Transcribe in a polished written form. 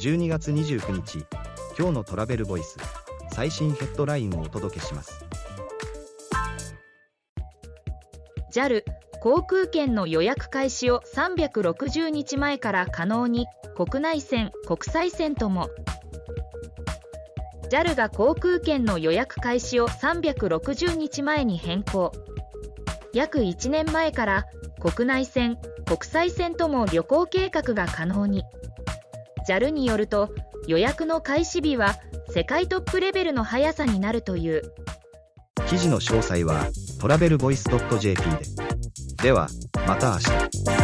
12月29日、今日のトラベルボイス、最新ヘッドラインをお届けします。 JAL 航空券の予約開始を360日前から可能に、国内線・国際線とも。JAL が航空券の予約開始を360日前に変更。約1年前から国内線・国際線とも旅行計画が可能に。JAL によると、予約の開始日は世界トップレベルの速さになるという。 記事の詳細はトラベルボイス .jp で。では、また明日。